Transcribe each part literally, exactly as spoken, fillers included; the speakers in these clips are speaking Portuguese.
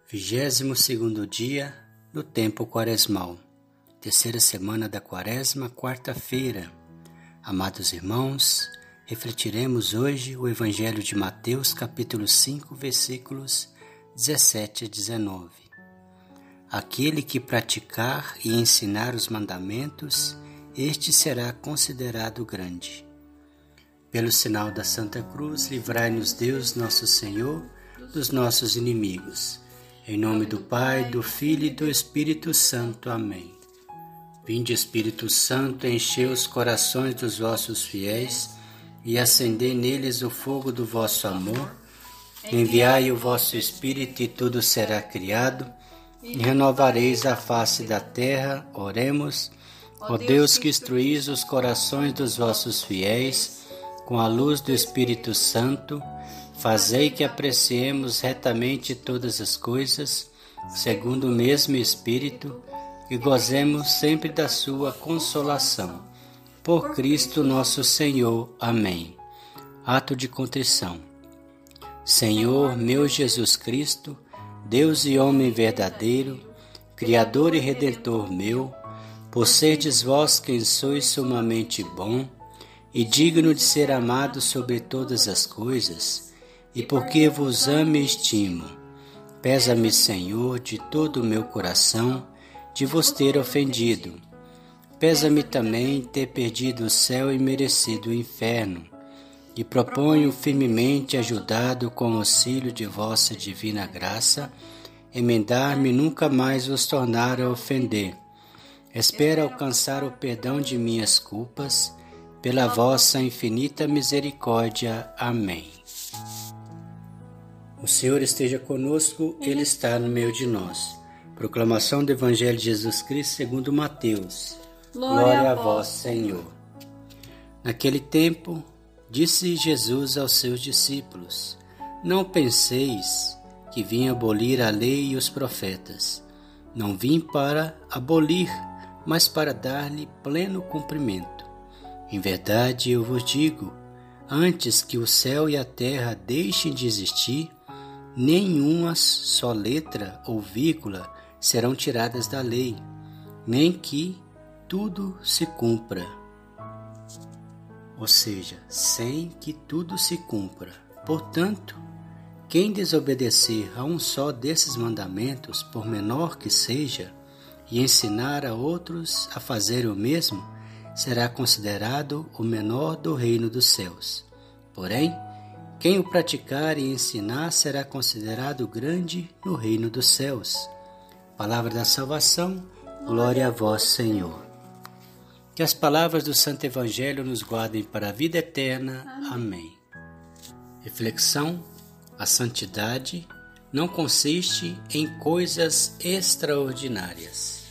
Vigésimo segundo dia do tempo quaresmal, terceira semana da quaresma, quarta-feira. Amados irmãos, refletiremos hoje o Evangelho de Mateus, capítulo cinco, versículos dezessete a dezenove. Aquele que praticar e ensinar os mandamentos, este será considerado grande. Pelo sinal da Santa Cruz, livrai-nos Deus, nosso Senhor, dos nossos inimigos. Em nome do Pai, do Filho e do Espírito Santo. Amém. Vinde, Espírito Santo, enchei os corações dos vossos fiéis e acendei neles o fogo do vosso amor. Enviai o vosso Espírito e tudo será criado, e renovareis a face da terra. Oremos. Ó Deus, que instruís os corações dos vossos fiéis com a luz do Espírito Santo, fazei que apreciemos retamente todas as coisas, segundo o mesmo Espírito, e gozemos sempre da sua consolação. Por Cristo nosso Senhor. Amém. Ato de contrição. Senhor meu Jesus Cristo, Deus e homem verdadeiro, Criador e Redentor meu, por serdes vós quem sois sumamente bom e digno de ser amado sobre todas as coisas, e porque vos amo e estimo, pesa-me, Senhor, de todo o meu coração, de vos ter ofendido. Pesa-me também ter perdido o céu e merecido o inferno, e proponho firmemente, ajudado com o auxílio de vossa divina graça, emendar-me e nunca mais vos tornar a ofender. Espero alcançar o perdão de minhas culpas, pela vossa infinita misericórdia. Amém. O Senhor esteja conosco, Ele está no meio de nós. Proclamação do Evangelho de Jesus Cristo segundo Mateus. Glória, Glória a vós, Senhor. Naquele tempo, disse Jesus aos seus discípulos: Não penseis que vim abolir a lei e os profetas. Não vim para abolir, mas para dar-lhe pleno cumprimento. Em verdade, eu vos digo, antes que o céu e a terra deixem de existir, nenhuma só letra ou vírgula serão tiradas da lei, nem que tudo se cumpra. Ou seja, sem que tudo se cumpra. Portanto, quem desobedecer a um só desses mandamentos, por menor que seja, e ensinar a outros a fazer o mesmo, será considerado o menor do reino dos céus. Porém, quem o praticar e ensinar será considerado grande no reino dos céus. Palavra da salvação, glória a vós, Senhor. Que as palavras do Santo Evangelho nos guardem para a vida eterna. Amém. Reflexão: a santidade não consiste em coisas extraordinárias.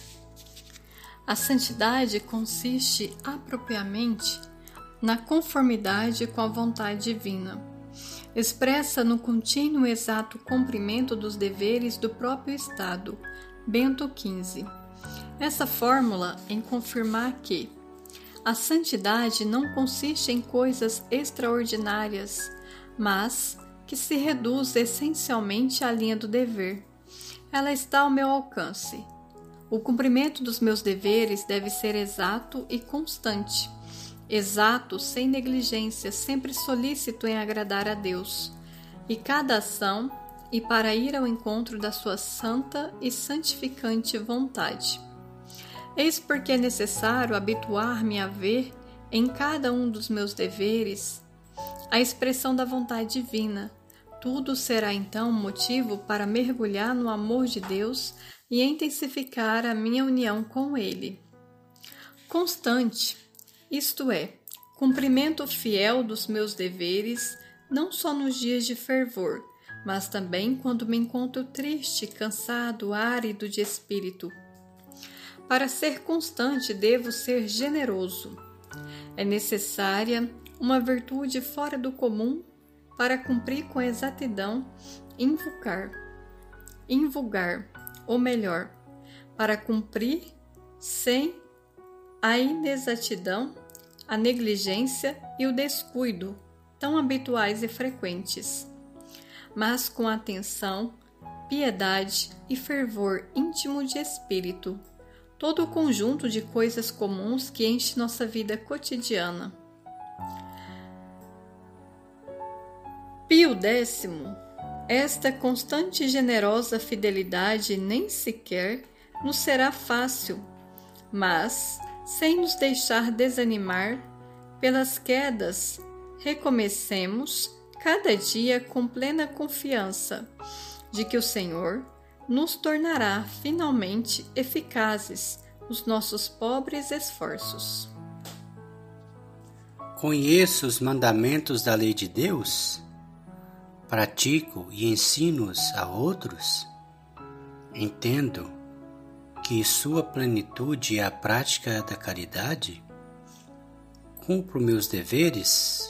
A santidade consiste apropriadamente na conformidade com a vontade divina, expressa no contínuo e exato cumprimento dos deveres do próprio Estado. Bento quinze. Essa fórmula em confirmar que a santidade não consiste em coisas extraordinárias, mas que se reduz essencialmente à linha do dever. Ela está ao meu alcance. O cumprimento dos meus deveres deve ser exato e constante. Exato, sem negligência, sempre solícito em agradar a Deus. E cada ação, e para ir ao encontro da sua santa e santificante vontade. Eis porque é necessário habituar-me a ver, em cada um dos meus deveres, a expressão da vontade divina. Tudo será então motivo para mergulhar no amor de Deus e intensificar a minha união com Ele. Constante, isto é, cumprimento fiel dos meus deveres, não só nos dias de fervor, mas também quando me encontro triste, cansado, árido de espírito. Para ser constante, devo ser generoso. É necessária uma virtude fora do comum para cumprir com exatidão, invulgar, invulgar, ou melhor, para cumprir sem a inexatidão, a negligência e o descuido, tão habituais e frequentes, mas com atenção, piedade e fervor íntimo de espírito. Todo o conjunto de coisas comuns que enche nossa vida cotidiana. Pio Décimo, esta constante e generosa fidelidade nem sequer nos será fácil, mas, sem nos deixar desanimar pelas quedas, recomecemos cada dia com plena confiança de que o Senhor nos tornará finalmente eficazes os nossos pobres esforços. Conheço os mandamentos da lei de Deus, pratico e ensino-os a outros. Entendo que sua plenitude é a prática da caridade. Cumpro meus deveres,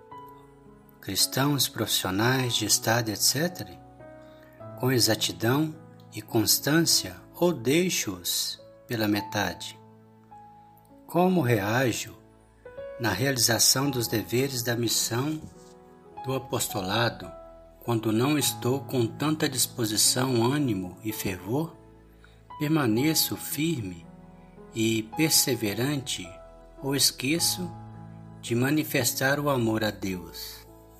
cristãos, profissionais, de Estado, etcétera, com exatidão e constância, ou deixo-os pela metade? Como reajo na realização dos deveres da missão do apostolado, quando não estou com tanta disposição, ânimo e fervor? Permaneço firme e perseverante ou esqueço de manifestar o amor a Deus?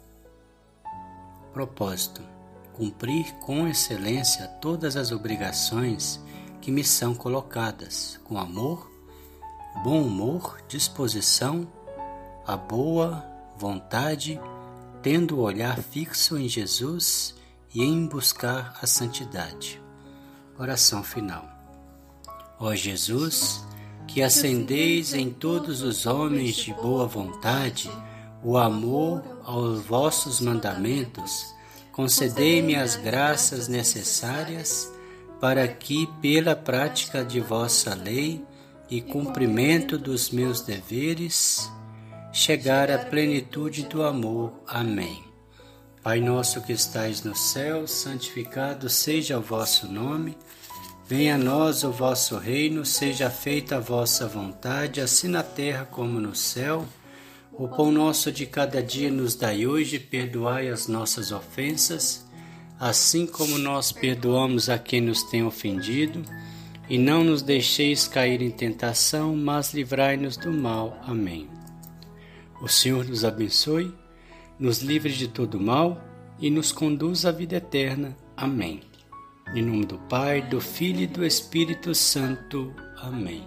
Propósito: cumprir com excelência todas as obrigações que me são colocadas, com amor, bom humor, disposição, a boa vontade, tendo o olhar fixo em Jesus e em buscar a santidade. Oração final. Ó Jesus, que acendeis em todos os homens de boa vontade o amor aos vossos mandamentos, concedei-me as graças necessárias para que, pela prática de vossa lei e cumprimento dos meus deveres, chegar à plenitude do amor. Amém. Pai nosso que estais no céu, santificado seja o vosso nome. Venha a nós o vosso reino, seja feita a vossa vontade, assim na terra como no céu. O pão nosso de cada dia nos dai hoje, perdoai as nossas ofensas, assim como nós perdoamos a quem nos tem ofendido, e não nos deixeis cair em tentação, mas livrai-nos do mal. Amém. O Senhor nos abençoe, nos livre de todo mal e nos conduz à vida eterna. Amém. Em nome do Pai, do Filho e do Espírito Santo. Amém.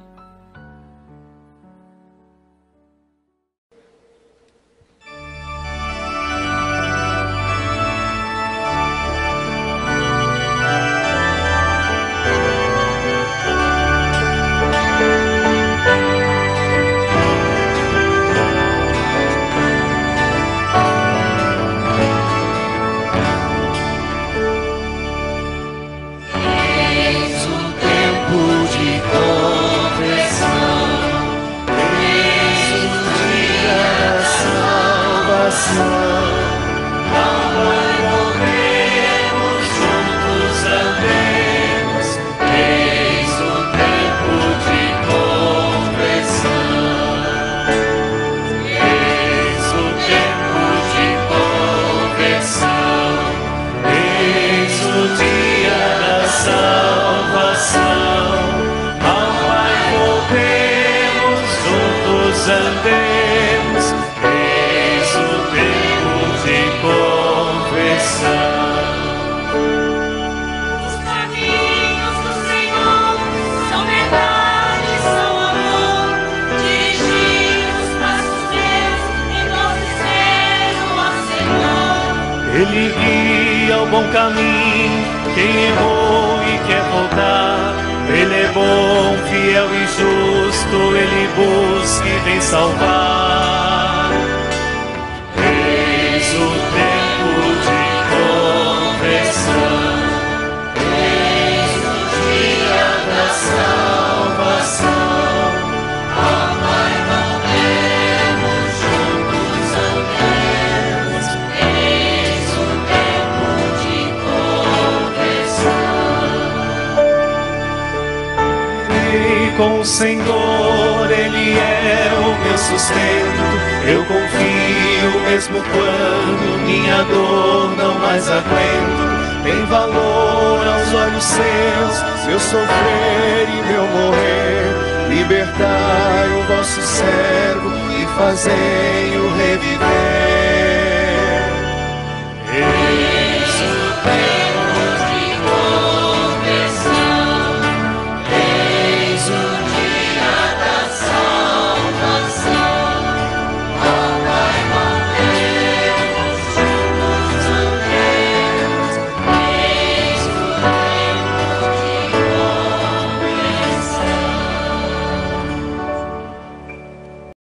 andemos, eis o tempo de conversão. Os caminhos do Senhor são verdade, são amor. Dirigir os passos teus em nosso seno, ó Senhor. Ele guia o bom caminho, quem errou e quer voltar. Ele é bom, fiel e justo, Ele busca e vem salvar. Eis o tempo de conversão, eis o dia da salvação. Ao Pai volvemos, juntos andemos, eis o tempo de conversão. Com o Senhor, Ele é o meu sustento. Eu confio mesmo quando minha dor não mais aguento. tem valor aos olhos seus, meu sofrer e meu morrer. Libertai o vosso servo e fazei o rei